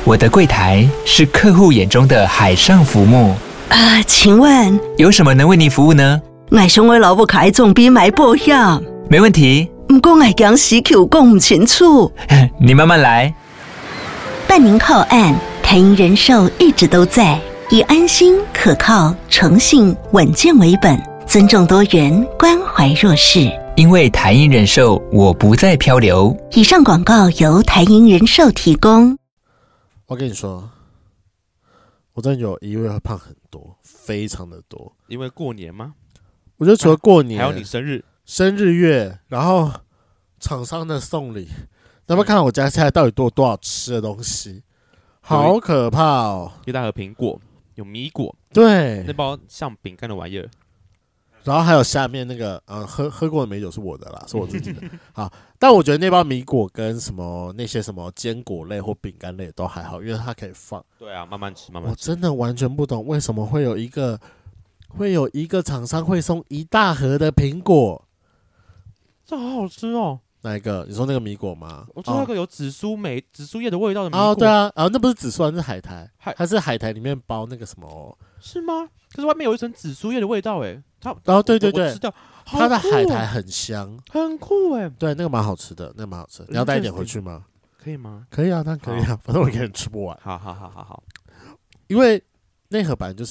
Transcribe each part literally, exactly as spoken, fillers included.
我的柜台是客户眼中的海上浮木啊、呃，请问有什么能为您服务呢？ 我想我老母开总比买保险， 没问题。 不过我讲时口讲不清楚， 你慢慢来。 办您靠岸，台银人寿一直都在，以安心、可靠、诚信、稳健为本，尊重多元，关怀弱势。 因为台银人寿，我不再漂流。 以上广告由台银人寿提供。 我跟你说，我真的有一月会胖很多，非常的多。 因为过年吗？ 我觉得除了过年， 还有你生日、 生日月，然后厂商的送礼，要不要看看我家现在到底多多少吃的东西？好可怕哦！ 一大盒苹果，有米果， 对， 那包像饼干的玩意儿。 然后还有下面那个，呃，喝喝过的美酒是我的啦，是我自己的。好，但我觉得那包米果跟什么那些什么坚果类或饼干类都还好，因为它可以放。 对啊，慢慢吃，慢慢吃。 我真的完全不懂为什么会有一个会有一个厂商会送一大盒的苹果， 这好好吃哦。 哪一个？你说那个米果吗？ 我吃那个有紫苏梅、哦、紫苏叶的味道的米果。 哦，对啊，啊，那不是紫苏，那是海苔， 海它是海苔里面包那个什么？ 是吗？可是外面有一层紫苏叶的味道哎，它哦，对对对， 吃掉， 它的海苔很香， 很酷哎， 对，那个蛮好吃的，那个蛮好吃。你要带一点回去吗？ 可以吗？ 可以啊，那可以啊，反正我一个人吃不完。 好好好好好， 因为那盒本来就是，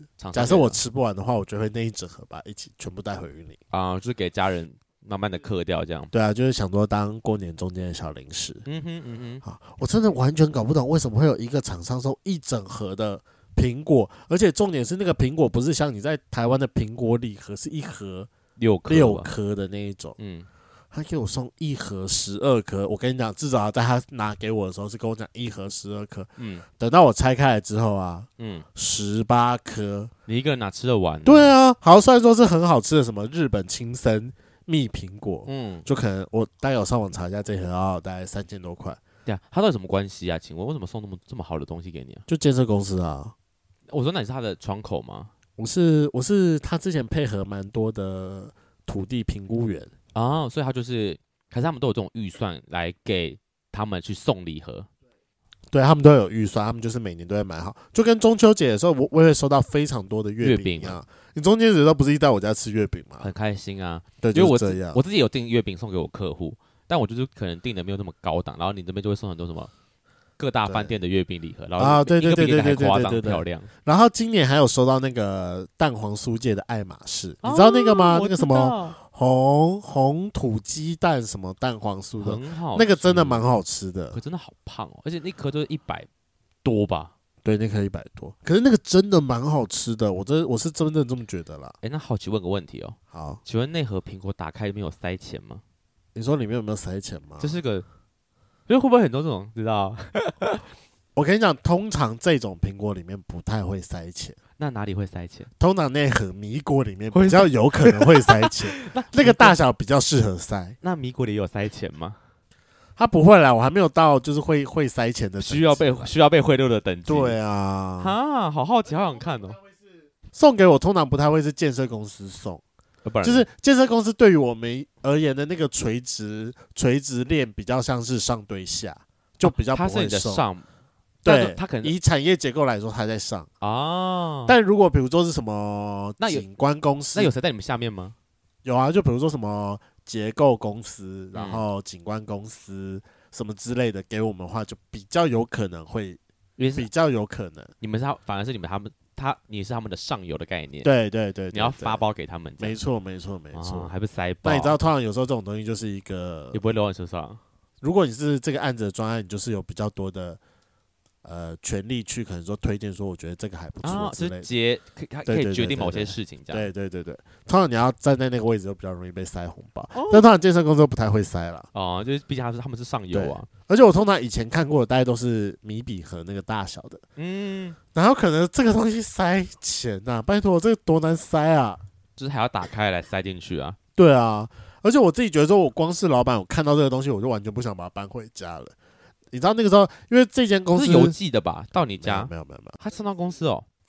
假设我吃不完的话，我就会那一整盒把一起全部带回云林啊、呃，就是给家人慢慢的嗑掉这样。 对啊，就是想说当过年中间的小零食。 嗯哼嗯哼， 好，我真的完全搞不懂为什么会有一个厂商送一整盒的苹果，而且重点是那个苹果不是像你在台湾的苹果礼盒是一盒六颗六颗的那一种， 嗯， 他给我送一盒十二颗。我跟你讲，至少在他拿给我的时候是跟我讲一盒十二颗，嗯，等到我拆开来之后啊，嗯，十八颗， 你一个人哪吃得完、啊？ 对啊，好，虽然说是很好吃的什么日本青森蜜苹果，嗯，就可能我大概有上网查一下，这盒要大概三千多块。 对啊，他到底什么关系啊？请问为什么送那么这么好的东西给你啊？ 就建设公司啊。 我说那你是他的窗口吗？ 我是我是他之前配合蛮多的土地评估员啊、哦，所以他就是，可是他们都有这种预算来给他们去送礼盒。 对，他们都有预算，他们就是每年都会买好，就跟中秋节的时候，我我也会收到非常多的月饼一样。你中秋节的时候不是一直在我家吃月饼吗？ 很开心啊， 对， 因为我就是这样。 我自己有订月饼送给我客户，但我就是可能订的没有那么高档，然后你这边就会送很多什么各大饭店的月饼礼盒，然后啊，对对对对对对夸张漂亮。 然后今年还有收到那个蛋黄酥界的爱马仕，你知道那个吗？那个什么红红土鸡蛋什么蛋黄酥的， 很好， 那个真的蛮好吃的， 可真的好胖哦，而且那颗就是一百多吧。 对，那颗一百多，可是那个真的蛮好吃的，我真我是真的这么觉得啦。 哎，那好奇问个问题哦， 好， 请问那盒苹果打开里面有塞钱吗？ 你说里面有没有塞钱吗？ 这是个。因为会不会很多这种知道？ 我跟你讲，通常这种苹果里面不太会塞钱。 那哪里会塞钱？ 通常那盒米果里面比较有可能会塞钱，那, 那个大小比较适合塞。 那米果里有塞钱吗？ 他不会啦，我还没有到就是会会塞钱的需要被需要被贿赂的等级。 对啊， 啊，好好奇，好想看哦。 送给我通常不太会是建设公司送。就是建设公司对于我们而言的那个垂直垂直链比较像是上对下，就比较不会送。它是你的上，对，它可能以产业结构来说，它在上啊。但如果比如说是什么景观公司， 那有谁在你们下面吗？ 有啊，就比如说什么结构公司，然后景观公司什么之类的给我们的话，就比较有可能会，比较有可能。 你们是反而是你们他们。他你是他们的上游的概念， 对对 对, 对， 你要发包给他们， 没错没错没错、 哦，还不塞包。 那你知道，通常有时候这种东西就是一个， 也不会留在身上。 如果你是这个案子的专案，你就是有比较多的呃权利去可能说推荐，说我觉得这个还不错之类的， 就是决他可以决定某些事情这样。 对对对对，通常你要站在那个位置，就比较容易被塞红包。哦、但通常健身公司都不太会塞啦。 哦，就是毕竟他是他们是上游啊。 而且我通常以前看过的，大概都是米比盒那个大小的。嗯，然后可能这个东西塞钱呐、啊，拜托，这个多难塞啊！ 就是还要打开来塞进去啊。 对啊，而且我自己觉得说，我光是老板，我看到这个东西，我就完全不想把它搬回家了。你知道那个时候，因为这间公司是邮寄的吧？到你家没有没有没有， 他送到公司哦。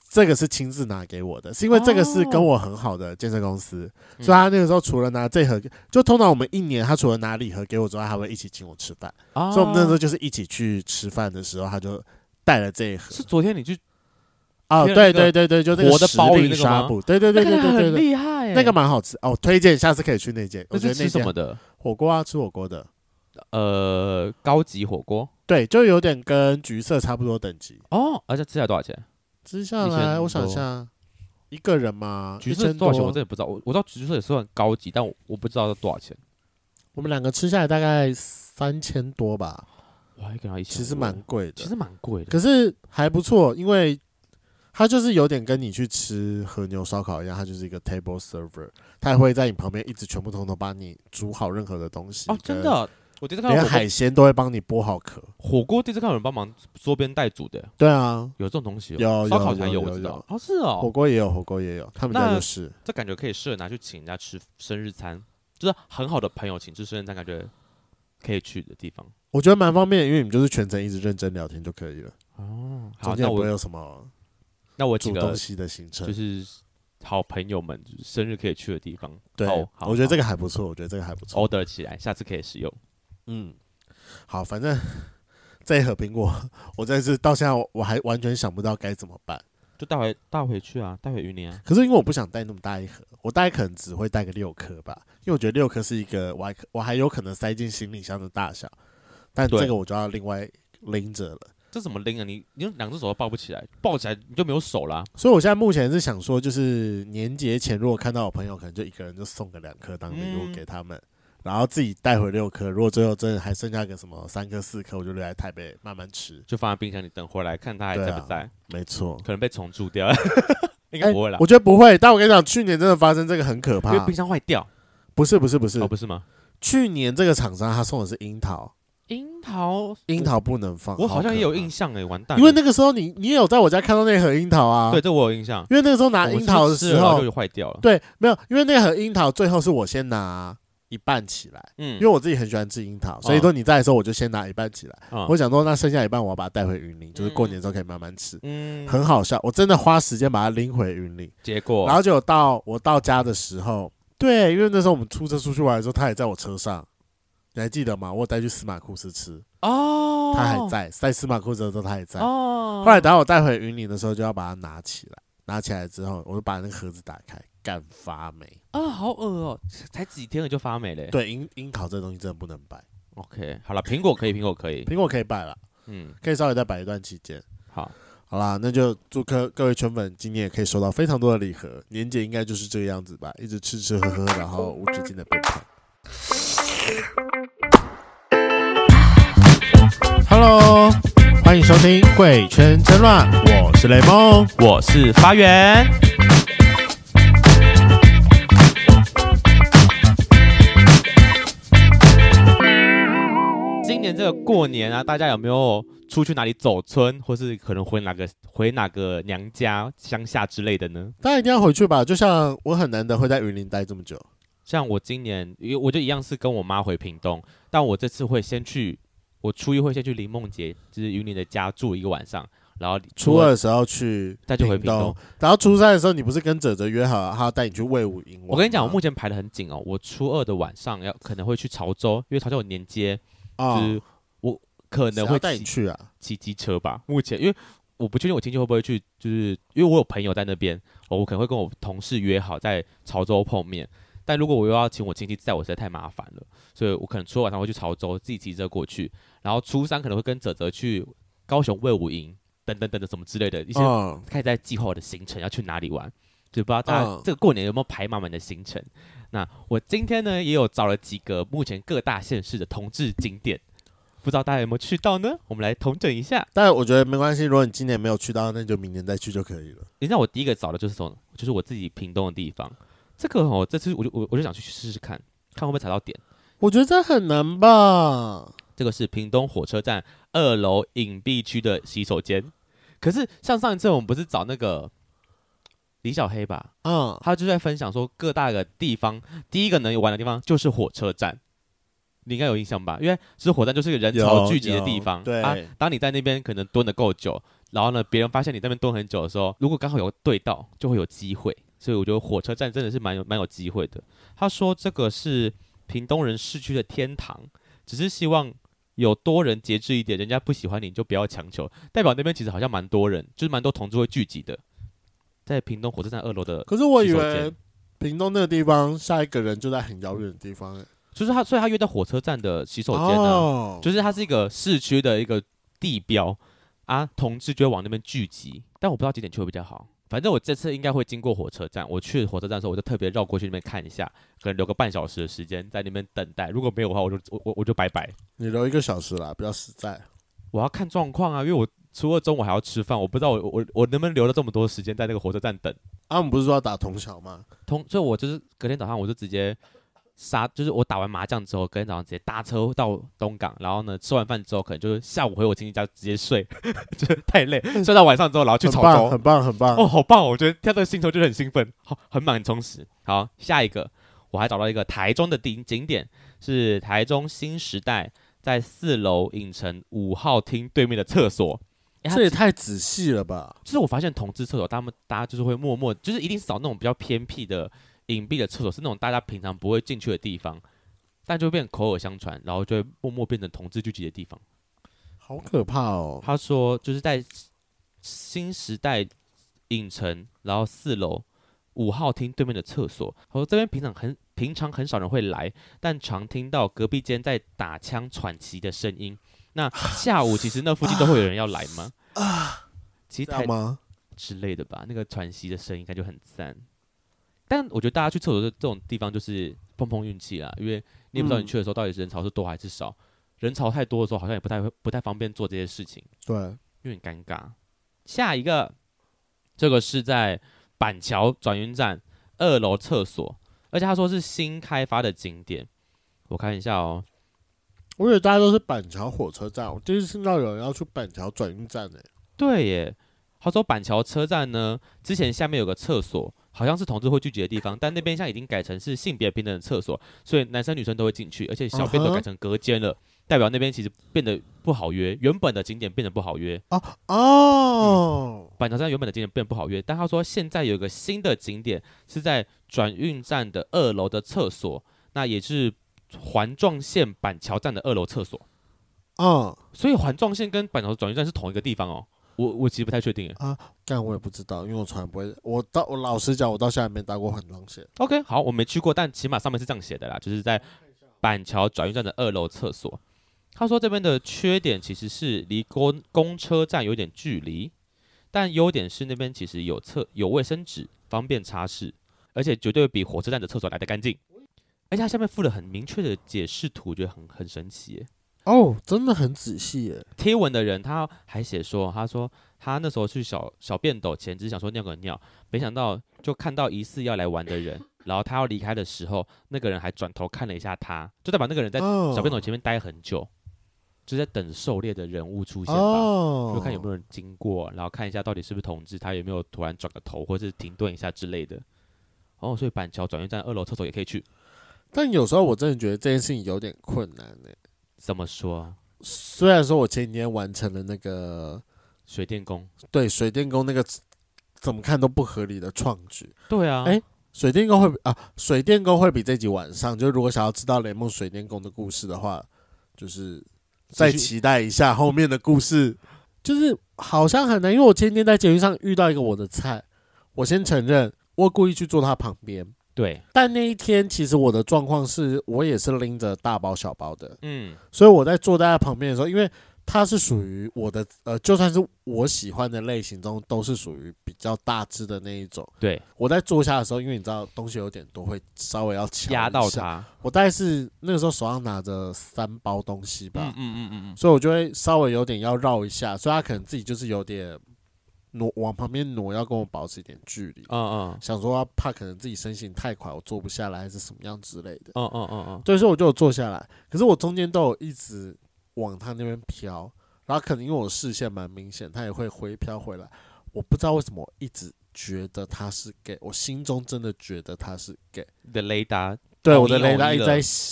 这个是亲自拿给我的，是因为这个是跟我很好的健身公司，哦、所以他那个时候除了拿这盒，就通常我们一年他除了拿礼盒给我之外，他会一起请我吃饭，哦、所以我们那时候就是一起去吃饭的时候，他就带了这一盒。 是昨天你去？ 哦，对对对对，就那个活的鲍鱼那个吗？ 对对对对对对， 很厉害耶， 那个蛮好吃哦，推荐下次可以去那间。我觉得那吃什么的？ 火锅啊，吃火锅的。 呃，高级火锅。 对，就有点跟橘色差不多等级。 哦，而且吃下来多少钱？ 吃下来，我想一下，一个人嘛， 橘色多少钱？我真的不知道。我我知道橘色也是很高级，但我我不知道多少钱。 我们两个吃下来大概三千多吧。 哇，一个人一千， 其实蛮贵的， 其实蛮贵的， 可是还不错，因为它就是有点跟你去吃和牛烧烤一样，它就是一个 table server， 它会在你旁边一直全部通通帮你煮好任何的东西。 哦，真的，我第一次看到连海鲜都会帮你剥好壳。 火锅第一次看有人帮忙桌边带煮的。 对啊， 有这种东西、哦， 有烧烤才有，我知道。哦，是哦， 火锅也有，火锅也有，他们家就是。 这感觉可以适合拿去请人家吃生日餐，就是很好的朋友请吃生日餐，感觉可以去的地方。 我觉得蛮方便的，因为你们就是全程一直认真聊天就可以了。 哦， 好，那我不会有什么。 那我几个煮东西的行程就是好朋友们生日可以去的地方。 对， 哦、 我觉得这个还不错，我觉得这个还不错 ，order 起来，下次可以使用。 嗯，好，反正这一盒苹果，我真的是到现在我还完全想不到该怎么办， 就带回带回去啊，带回云林啊。 可是因为我不想带那么大一盒，我大概可能只会带个六颗吧，因为我觉得六颗是一个我还我还有可能塞进行李箱的大小，但这个我就要另外拎着了。 这怎么拎啊？你你用两只手都抱不起来，抱起来你就没有手啦。 所以我现在目前是想说，就是年节前如果看到我朋友，可能就一个人就送个两颗当礼物给他们。嗯，然后自己带回六颗，如果最后真的还剩下个什么三颗四颗，我就留在台北慢慢吃， 就放在冰箱里等回来看它还在不在。啊、 没错， 可能被虫蛀掉了，应该不会啦、 欸。我觉得不会，但我跟你讲，去年真的发生这个很可怕， 因为冰箱坏掉。 不是不是不是， 哦不是吗？ 去年这个厂商他送的是樱桃， 樱桃樱桃不能放， 我好像也有印象哎，完蛋！ 因为那个时候你你也有在我家看到那盒樱桃啊， 对，这我有印象。 因为那个时候拿樱桃的时候就坏掉了， 对，没有，因为那盒樱桃最后是我先拿一半起来，嗯，因为我自己很喜欢吃樱桃，所以说你在的时候我就先拿一半起来，嗯、我想说那剩下一半我要把它带回云林，就是过年的时候可以慢慢吃，嗯，很好笑，我真的花时间把它拎回云林， 结果， 然后就到我到家的时候，对，因为那时候我们出车出去玩的时候，他也在我车上，你还记得吗？我有带去司马库斯吃哦，他还在，在司马库斯的时候他还在哦，后来等我带回云林的时候就要把它拿起来，拿起来之后我就把那个盒子打开。干发霉啊，好恶哦！才几天了就发霉嘞。 对，樱樱桃这东西真的不能摆。 OK， 好了，苹果可以，苹果可以， 苹果可以摆了。嗯，可以稍微再摆一段期间。 好， 好啦，那就祝各各位圈粉今年也可以收到非常多的礼盒，年节应该就是这个样子吧，一直吃吃喝喝，然后无止境的变胖。Hello， 欢迎收听《贵圈争乱》，我是雷梦， 我是发源。今年这个过年啊，大家有没有出去哪里走村，或是可能回哪个回哪个娘家、乡下之类的呢？ 当然一定要回去吧，就像我很难得会在云林待这么久。 像我今年，我就一样是跟我妈回屏东，但我这次会先去，我初一会先去林梦杰，就是云林的家住一个晚上，然后初二的时候去再就回屏东， 然后初三的时候你不是跟哲哲约好，他要带你去魏武营？ 我跟你讲，我目前排得很紧哦，我初二的晚上要可能会去潮州，因为潮州有年街。就是我可能会带你去啊， 骑机车吧。目前因为我不确定我亲戚会不会去，就是因为我有朋友在那边，我可能会跟我同事约好在潮州碰面。但如果我又要请我亲戚载我，实在太麻烦了，所以我可能初二晚上会去潮州自己骑车过去，然后初三可能会跟哲哲去高雄魏武营等等等等什么之类的一些，开始在计划我的行程要去哪里玩。就不知道大家这个过年有没有排满满的行程？那我今天呢也有找了几个目前各大县市的同志景点，不知道大家有没有去到呢？我们来统整一下。 但我觉得没关系，如果你今年没有去到，那就明年再去就可以了。 你知道我第一个找的就是从就是我自己屏东的地方，这个哦，这次我就我我就想去试试看，看会不会踩到点。 我觉得这很难吧？ 这个是屏东火车站二楼隐蔽区的洗手间，可是像上一次我们不是找那个。李小黑吧，嗯，他就在分享说各大的地方，第一个能玩的地方就是火车站，你应该有印象吧？因为是火车站就是个人潮聚集的地方， 对啊。当你在那边可能蹲得够久， 然后呢，别人发现你在那边蹲很久的时候，如果刚好有对到，就会有机会。所以我觉得火车站真的是蛮有蛮有机会的。他说这个是屏东人市区的天堂，只是希望有多人节制一点，人家不喜欢你就不要强求。代表那边其实好像蛮多人，就是蛮多同志会聚集的，在屏东火车站二楼的。 可是我以为屏东那个地方，下一个人就在很遥远的地方、欸。 就是他，所以他约在火车站的洗手间啊，哦、就是它是一个市区的一个地标啊，同志就会往那边聚集，但我不知道几点去会比较好。反正我这次应该会经过火车站，我去火车站的时候，我就特别绕过去那边看一下，可能留个半小时的时间在那边等待。如果没有的话，我就我我我就拜拜。 你留一个小时啦，比较实在。 我要看状况啊，因为我除了中午还要吃饭，我不知道我我我能不能留了这么多时间在那个火车站等。 啊，我们不是说要打通宵吗？ 通，所以我就是隔天早上我就直接。杀就是我打完麻将之后，隔天早上直接搭车到东港，然后呢吃完饭之后，可能就是下午回我亲戚家直接睡，就是太累，睡到晚上之后，然后去潮州， 很棒很棒哦，好棒！我觉得跳这个星球就是很兴奋，好，很满很充实。好，下一个我还找到一个台中的景景点，是台中新时代在四楼影城五号厅对面的厕所。 欸、这也太仔细了吧！ 就是我发现同志厕所，他们大家就是会默默，就是一定是找那种比较偏僻的。隐蔽的厕所是那种大家平常不会进去的地方，但就会变口耳相传，然后就会默默变成同志聚集的地方， 好可怕哦！ 他说就是在新时代影城，然后四楼五号厅对面的厕所。他说这边平常很平常很少人会来，但常听到隔壁间在打枪喘息的声音。那下午其实那附近都会有人要来吗？ 啊， 其实台吗之类的吧，那个喘息的声音感觉很赞。但我觉得大家去厕所这种地方就是碰碰运气啦，因为你也不知道你去的时候到底人潮是多还是少。嗯、人潮太多的时候，好像也不太不太方便做这些事情， 对， 有点尴尬。下一个，这个是在板桥转运站二楼厕所，而且他说是新开发的景点。我看一下哦， 我以为大家都是板桥火车站，我第一次听到有人要去板桥转运站呢、欸。 对耶，他说板桥车站呢，之前下面有个厕所。好像是同志会聚集的地方，但那边现在已经改成是性别平等的厕所，所以男生女生都会进去，而且小便都改成隔间了， uh-huh. 代表那边其实变得不好约，原本的景点变得不好约。 哦哦， 板桥站原本的景点变得不好约，但他说现在有一个新的景点是在转运站的二楼的厕所，那也是环状线板桥站的二楼厕所。 嗯， 所以环状线跟板桥转运站是同一个地方哦。我我其实不太确定啊，但我也不知道，因为我从来不会。我到我老实讲，我到现在没搭过环状线。 OK， 好，我没去过，但起码上面是这样写的啦，就是在板桥转运站的二楼厕所。他说这边的缺点其实是离公公车站有点距离，但优点是那边其实有厕有卫生纸，方便擦拭，而且绝对比火车站的厕所来得干净。而且他下面附了很明确的解释图，我觉得很很神奇耶。 哦，真的很仔细耶。 贴文的人他还写说，他说他那时候去小小便斗前只是想说尿个尿，没想到就看到疑似要来玩的人，然后他要离开的时候，那个人还转头看了一下他，就代表那个人在小便斗前面待很久，就是在等狩猎的人物出现吧，哦、就看有没有人经过，然后看一下到底是不是同志，他有没有突然转个头或是停顿一下之类的。哦，所以板桥转运站二楼厕所也可以去。 但有时候我真的觉得这件事情有点困难耶。 怎么说？ 虽然说我前几天完成了那个水电工， 对水电工那个怎么看都不合理的创举。 对啊， 哎、欸，水电工会啊，水电工会比这集晚上，就如果想要知道雷梦水电工的故事的话，就是再期待一下后面的故事。就是好像很难，因为我前天在捷运上遇到一个我的菜，我先承认我故意去坐他旁边。 对， 但那一天其实我的状况是我也是拎着大包小包的， 嗯， 所以我在坐在他旁边的时候，因为他是属于我的呃，就算是我喜欢的类型中，都是属于比较大只的那一种。 对， 我在坐下的时候，因为你知道东西有点多，会稍微要瞧压到他。 我大概是那个时候手上拿着三包东西吧， 嗯嗯嗯嗯， 所以我就会稍微有点要绕一下，所以他可能自己就是有点。挪往旁边挪，要跟我保持一点距离。 嗯嗯， 想说怕可能自己身形太快，我坐不下来，还是什么样之类的。 嗯嗯嗯嗯， 对，所以我就有坐下来。可是我中间都有一直往他那边飘，然后可能因为我视线蛮明显，他也会回飘回来。我不知道为什么我一直觉得他是 gay， 我心中真的觉得他是 gay。 你的雷达， 对，我的雷达一直在响。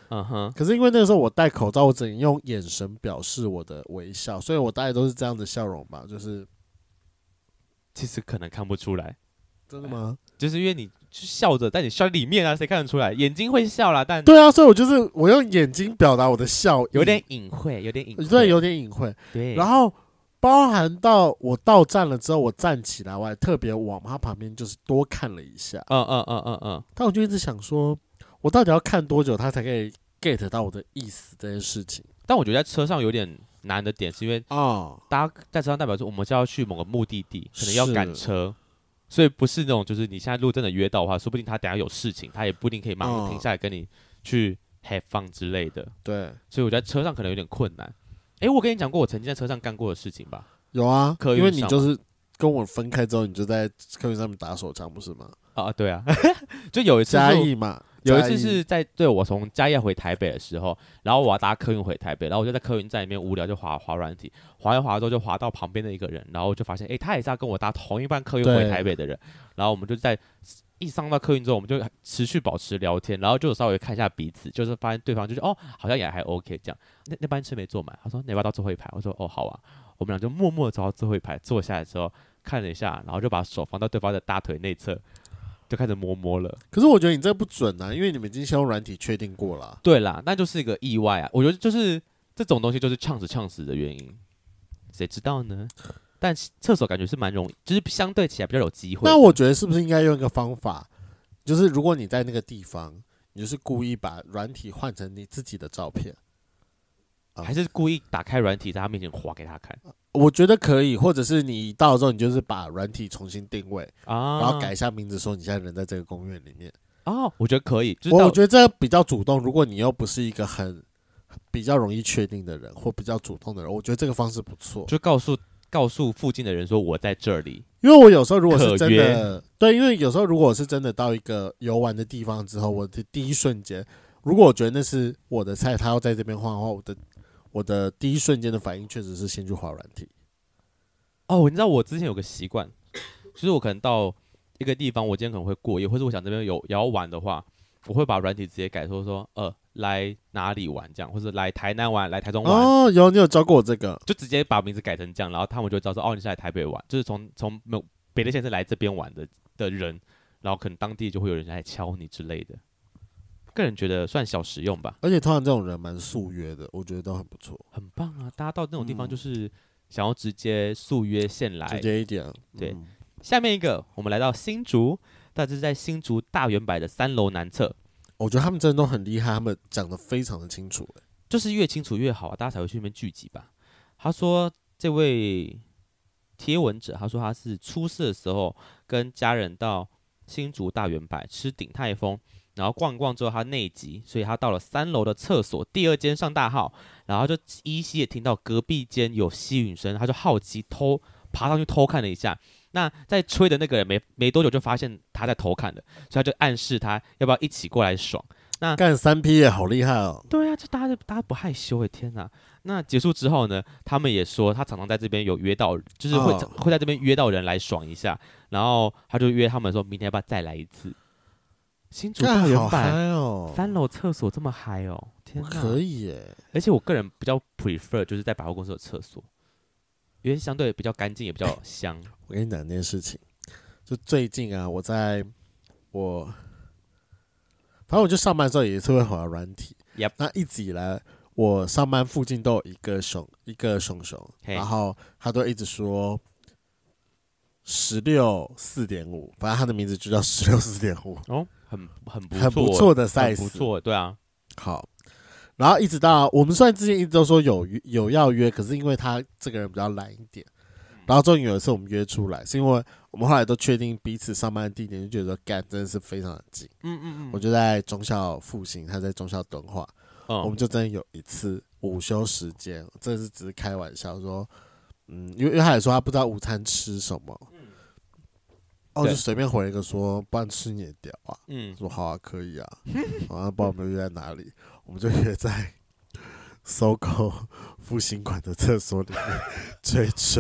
嗯哼。 可是因为那个时候我戴口罩，我只能用眼神表示我的微笑，所以我大概都是这样的笑容吧，就是其实可能看不出来。 真的吗？ 就是因为你笑着，但你笑里面啊，谁看得出来？眼睛会笑啦，但对啊，所以我就是我用眼睛表达我的笑意， 有点隐晦，有点隐晦， 对，有点隐晦。 对， 然后包含到我到站了之后，我站起来，我还特别往他旁边就是多看了一下。 嗯嗯嗯嗯嗯。 但我就一直想说，我到底要看多久，他才可以 get 到我的意思这件事情？ 但我觉得在车上有点难的点，是因为哦， 大家在车上代表说我们就要去某个目的地，可能要赶车。所以不是那种，就是你现在如果真的约到的话，说不定他等一下有事情，他也不一定可以马上停下来跟你去 have fun 之类的。 对， 所以我在车上可能有点困难。哎、欸，我跟你讲过我曾经在车上干过的事情吧？ 有啊， 客运因为你就是跟我分开之后，你就在客运上面打手枪，不是吗？ 啊，对啊，就有一次嘉义嘛。 有一次是在对我从嘉义回台北的时候，然后我要搭客运回台北，然后我就在客运站里面无聊就滑滑软体，滑一滑之后就滑到旁边的一个人，然后就发现哎、欸，他也是要跟我搭同一班客运回台北的人，然后我们就在一上到客运之后，我们就持续保持聊天，然后就稍微看一下彼此，就是发现对方就是哦，好像也还 OK 这样。那那班车没坐满，他说你要不要到最后一排？我说哦好啊，我们俩就默默走到最后一排，坐下来之后看了一下，然后就把手放到对方的大腿内侧。就开始摸摸了， 可是我觉得你这不准啊，因为你们已经先用软体确定过了、啊。 对啦，那就是一个意外啊。我觉得就是这种东西就是呛死呛死的原因，谁知道呢？但厕所感觉是蛮容易，就是相对起来比较有机会。 那我觉得是不是应该用一个方法，就是如果你在那个地方，你就是故意把软体换成你自己的照片， 嗯、还是故意打开软体在他面前滑给他看？ 我觉得可以，或者是你到了之后，你就是把软体重新定位， 啊、 然后改一下名字，说你现在人在这个公园里面。 哦，我觉得可以。就是、 我觉得这比较主动。如果你又不是一个很比较容易确定的人，或比较主动的人，我觉得这个方式不错。 就告诉告诉附近的人说我在这里。 因为我有时候如果是真的，对，因为有时候如果我是真的到一个游玩的地方之后，我的第一瞬间，如果我觉得那是我的菜，他要在这边晃的话，我的我的第一瞬间的反应确实是先去滑软体。 哦，你知道我之前有个习惯，就是我可能到一个地方，我今天可能会过夜，或者我想这边有也要玩的话，我会把软体直接改说说，呃，来哪里玩这样，或者来台南玩，来台中玩。 哦，有你有教过我这个， 就直接把名字改成这样，然后他们就会知道说，哦，你是来台北玩，就是从从别的县市来这边玩的的人，然后可能当地就会有人来敲你之类的。个人觉得算小实用吧。 而且通常这种人蛮速约的，我觉得都很不错， 很棒啊！大家到那种地方就是想要直接速约现来， 直接一点。 对， 嗯、 下面一个我们来到新竹，大致在新竹大圆柏的三楼南侧。 我觉得他们真的都很厉害，他们讲得非常的清楚， 就是越清楚越好啊，大家才会去那边聚集吧。他说这位贴文者，他说他是出事的时候跟家人到新竹大圆柏吃鼎泰丰，然后逛逛之后他内急，所以他到了三楼的厕所第二间上大号，然后就依稀也听到隔壁间有吸吮声，他就好奇偷爬上去偷看了一下。那在吹的那个人没没多久就发现他在偷看了，所以他就暗示他要不要一起过来爽。那干三 P 也好厉害哦。 对啊，这大家大家不害羞哎，天哪！那结束之后呢，他们也说他常常在这边有约到，就是会、哦、会在这边约到人来爽一下，然后他就约他们说明天要不要再来一次。新竹大圆柏、哦、三楼厕所这么嗨哦，天哪！ 可以耶！ 而且我个人比较 prefer 就是在百货公司的厕所，因为相对比较干净也比较香。 我跟你讲一件事情，就最近啊，我在我反正我就上班的时候也一次会滑软体， yep. 那一直以来我上班附近都有一个熊一个熊熊， hey. 然后他都一直说十六四点五，反正他的名字就叫十六四点五哦，很很不错， 很不错的 size， 不错，对啊。 好，然后一直到我们虽然之前一直都说有有要约，可是因为他这个人比较懒一点，然后终于有一次我们约出来，是因为我们后来都确定彼此上班的地点，就觉得说干真的是非常的近。 嗯嗯嗯， 我就在忠孝复兴，他在忠孝敦化，嗯，我们就真的有一次午休时间，这是只是开玩笑说，嗯，因为因为他也说他不知道午餐吃什么，嗯，哦，就随便回了一个说，不然吃你的屌啊，嗯，说好啊，可以啊，然后不知道我们约在哪里，我们就约在 S O G O 复兴馆的厕所里面吹吹。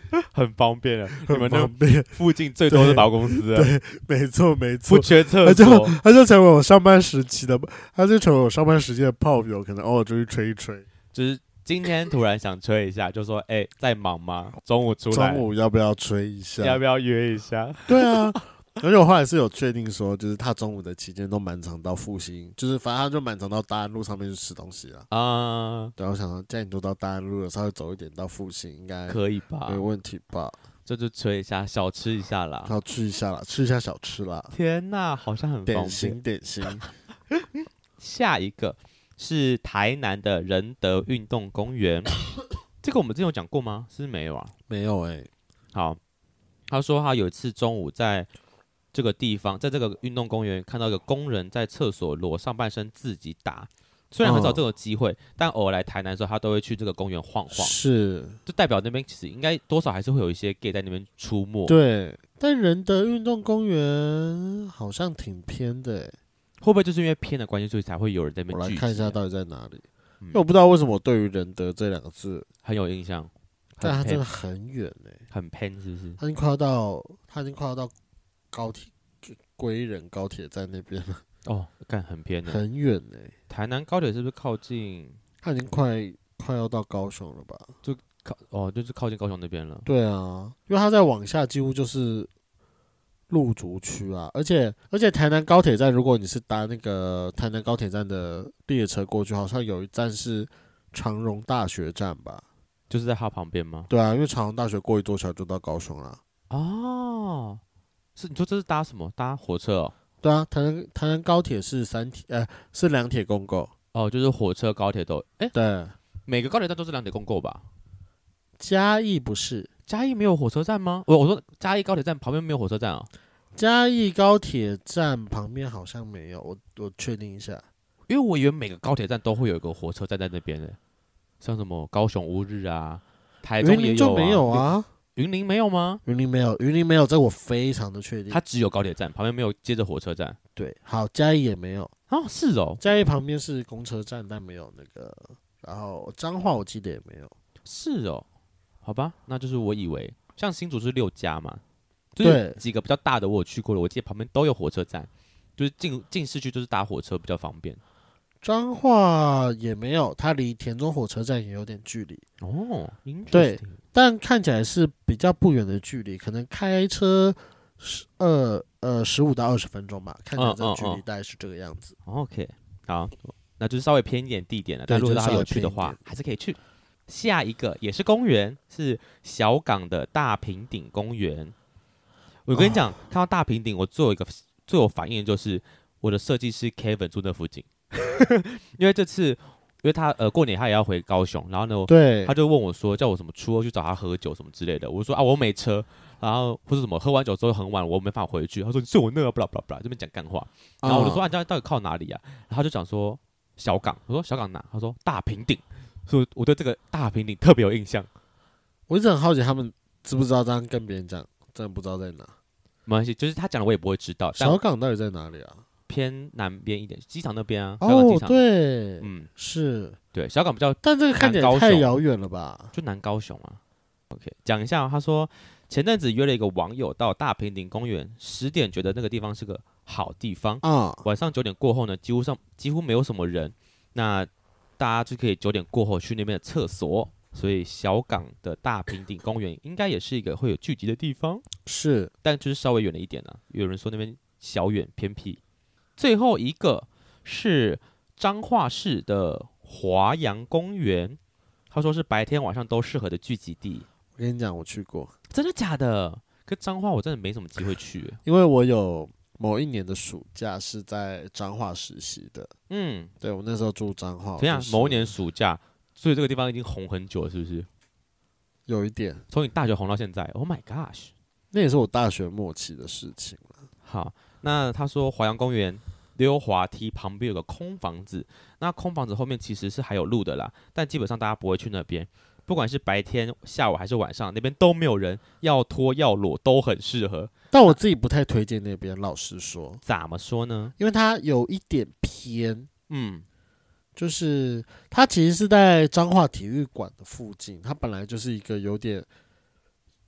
很方便了。 很方便， 附近最多是百货公司了。 对，没错没错， 不缺厕所，他就他就成为我上班时期的，他就成为我上班时期的炮友，可能偶尔就去吹一吹。 就是今天突然想吹一下，就说哎、欸，在忙吗？中午出来， 中午要不要吹一下？ 要不要约一下？ 对啊。而且我后来是有确定说，就是他中午的期间都蛮常到复兴，就是反正他就蛮常到大安路上面去吃东西啦。啊，对，我想说，既然你都到大安路了，稍微走一点到复兴，应该可以吧？ 没问题吧？ 这就吹一下，小吃一下啦， 要吃一下啦，吃一下小吃啦。 天哪，好像很方便。 点心点心。 下一个是台南的仁德运动公园，这个我们之前有讲过吗？是不是没有啊？ 没有哎、欸。 好，他说他有一次中午在这个地方，在这个运动公园看到一个工人在厕所裸上半身自己打，虽然很少这种机会，哦、但偶尔来台南的时候，他都会去这个公园晃晃。 是， 就代表那边其实应该多少还是会有一些 gay 在那边出没。 对，但仁德运动公园好像挺偏的、欸， 会不会就是因为偏的关系，所以才会有人在那边聚集、啊？ 我来看一下到底在哪里，嗯、因为我不知道为什么我对于仁德这两个字很有印象， 但它真的很远哎、欸， 很偏是不是？ 它已经快要到，它已经快要到。高铁归仁高铁站那边了哦，干很偏的， 很远呢、欸。 台南高铁是不是靠近？ 它已经快快要到高雄了吧？ 就靠哦，就是靠近高雄那边了。 对啊，因为它再往下几乎就是路竹区啊，而且而且台南高铁站，如果你是搭那个台南高铁站的列车过去，好像有一站是长荣大学站吧？ 就是在它旁边吗？ 对啊，因为长荣大学过一座桥就到高雄了。 哦。是你说这是搭什么？搭火车哦？ 对啊，台南台南高铁是三铁，呃，是两铁共构。 哦，就是火车、高铁都，哎、欸， 对， 每个高铁站都是两铁共构吧？ 嘉义不是？ 嘉义没有火车站吗？我我说嘉义高铁站旁边没有火车站啊？ 嘉义高铁站旁边好像没有，我我确定一下， 因为我以为每个高铁站都会有一个火车站在那边的，像什么高雄乌日啊，台中也有啊， 就没有啊。 云林没有吗？ 云林没有，云林没有，这我非常的确定。 它只有高铁站，旁边没有接着火车站。 对，好，嘉义也没有。 哦，是哦， 嘉义旁边是公车站，但没有那个。然后彰化我记得也没有。 是哦，好吧，那就是我以为像新竹是六家嘛，就是几个比较大的我有去过了，我记得旁边都有火车站，就是进进市区就是搭火车比较方便。 彰化也没有，它离田中火车站也有点距离。 哦， 对。但看起来是比较不远的距离，可能开车十二呃十五到二十分钟吧。看起来这个距离大概是这个样子。 嗯嗯嗯、OK， 好，那就是稍微偏一点地点了。但如果大家有去的话，还是可以去。下一个也是公园，是小港的大平顶公园。我跟你讲，哦、看到大平顶，我最有一个最有反应的就是我的设计师 Kevin 住那附近，因为这次。因为他呃过年他也要回高雄，然后呢， 对， 他就问我说，叫我什么初二去找他喝酒什么之类的。我说啊，我没车，然后或者什么喝完酒之后很晚，我没办法回去。他说你睡我那个，不啦不啦不啦，这边讲干话。然后我就说啊，你到底靠哪里啊？然后他就讲说小港，我说小港哪？他说大平顶，所以我对这个大平顶特别有印象。 我一直很好奇他们知不知道这样跟别人讲，真的不知道在哪。 没关系，就是他讲的我也不会知道。 小港到底在哪里啊？ 偏南边一点，机场那边啊。 哦，对， 嗯， 是， 对，小港比较， 但这个看起来太遥远了吧？ 就南高雄啊。OK， 讲一下、哦，他说前阵子约了一个网友到大平顶公园，十点觉得那个地方是个好地方啊。晚上九点过后呢，几乎上几乎没有什么人，那大家就可以九点过后去那边的厕所。所以小港的大平顶公园应该也是一个会有聚集的地方， 是，但就是稍微远了一点啊。有人说那边小远偏僻。最后一个是彰化市的华阳公园，他说是白天晚上都适合的聚集地。 我跟你讲，我去过， 真的假的？可彰化我真的没什么机会去， 因为我有某一年的暑假是在彰化实习的。嗯，对，我那时候住彰化。 等一下，某一年暑假，所以这个地方已经红很久了，是不是？ 有一点， 从你大学红到现在 ，Oh my gosh， 那也是我大学末期的事情了。 好。那他说华阳公园溜滑梯旁边有个空房子，那空房子后面其实是还有路的啦，但基本上大家不会去那边，不管是白天、下午还是晚上，那边都没有人，要脱要裸都很适合。 但我自己不太推荐那边，老实说。 怎么说呢？ 因为它有一点偏，嗯，就是它其实是在彰化体育馆的附近，它本来就是一个有点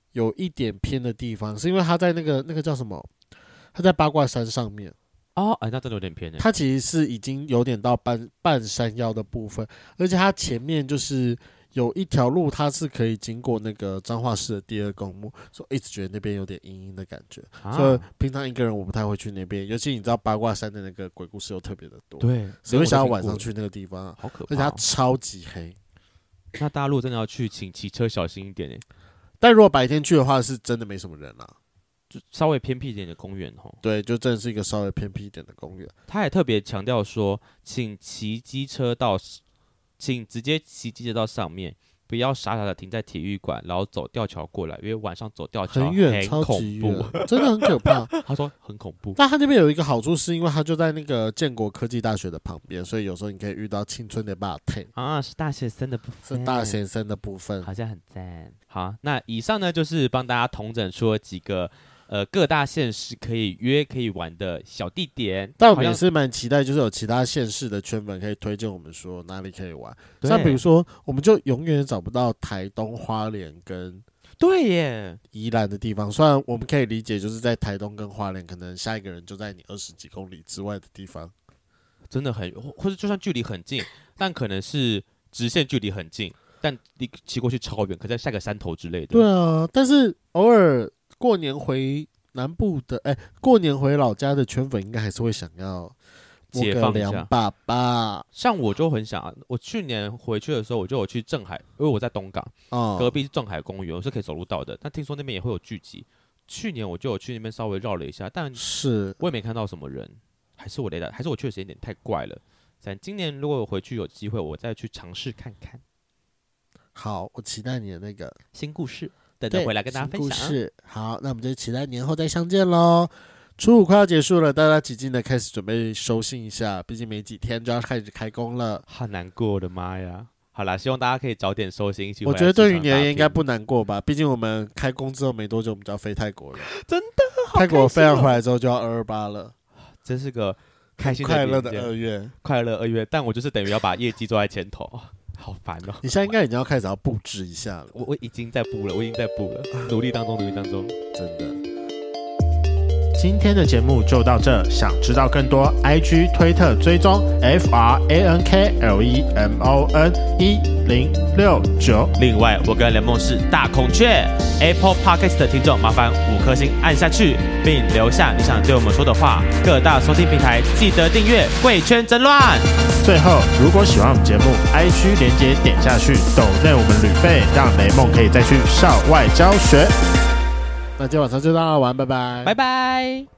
有一点偏的地方，是因为它在那个那个叫什么？它在八卦山上面。 哦，哎，那真的有点偏耶。 它其实是已经有点到半半山腰的部分，而且它前面就是有一条路，它是可以经过那个彰化市的第二公墓，所以一直觉得那边有点阴阴的感觉。啊、所以平常一个人我不太会去那边，尤其你知道八卦山的那个鬼故事又特别的多， 对， 谁会想要晚上去那个地方、啊？ 好可怕、哦！ 而且它超级黑。 那大家如果真的要去，请骑车小心一点耶。 但如果白天去的话，是真的没什么人啦、啊。 就稍微偏僻一点的公园吼， 对，就真的是一个稍微偏僻一点的公园。 他也特别强调说，请骑机车到，请直接骑机车到上面，不要傻傻的停在体育馆，然后走吊桥过来，因为晚上走吊桥很远，超级远，真的很可怕。 他说很恐怖。 但他那边有一个好处，是因为他就在那个建国科技大学的旁边，所以有时候你可以遇到青春的霸体啊，是大学生的部分， 是大学生的部分， 好像很赞。好，那以上呢就是帮大家统整出几个。呃，各大县市可以约可以玩的小地点， 但我们也是蛮期待，就是有其他县市的圈粉可以推荐我们说哪里可以玩。像比如说，我们就永远找不到台东、花莲跟对耶宜兰的地方。虽然我们可以理解，就是在台东跟花莲，可能下一个人就在你二十几公里之外的地方， 真的很，或者就算距离很近，但可能是直线距离很近，但你骑过去超远，可在下个山头之类的。 对啊，但是偶尔。过年回南部的，哎、欸，过年回老家的圈粉应该还是会想要解放一下爸爸。 像我就很想，我去年回去的时候，我就有去镇海，因为我在东港，哦、隔壁是镇海公园，我是可以走路到的。但听说那边也会有聚集，去年我就有去那边稍微绕了一下，但是我也没看到什么人，还是我雷达，还是我去的时间点太怪了。但今年如果我回去有机会，我再去尝试看看。 好，我期待你的那个新故事。等着回来跟大家分享、啊。 是好，那我们就期待年后再相见喽。初五快要结束了，大家几近的开始准备收心一下，毕竟没几天就要开始开工了。 好难过，我的妈呀！好啦，希望大家可以早点收心。 我觉得对于你而言应该不难过吧，毕竟我们开工之后没多久，我们就要飞泰国了。 真的，好泰国飞完回来之后就要二二八了， 真是个开心的快乐的二月， 快乐二月。但我就是等于要把业绩做在前头。好烦哦！ 你现在应该已经要开始要布置一下了。 我我已经在布了，我已经在布了，努力当中，努力当中， 真的。今天的节目就到这，想知道更多 ，I G 推特追踪 F R A N K L E M O N 一零六九。 另外，我跟雷梦是大孔雀 Apple Podcast 的听众，麻烦五颗星按下去，并留下你想对我们说的话。各大收听平台记得订阅《贵圈争乱》。 最后，如果喜欢我们节目 ，I G 连结点下去，抖内我们旅费，让雷梦可以再去校外教学。那今天晚上就到这玩，拜拜， 拜拜。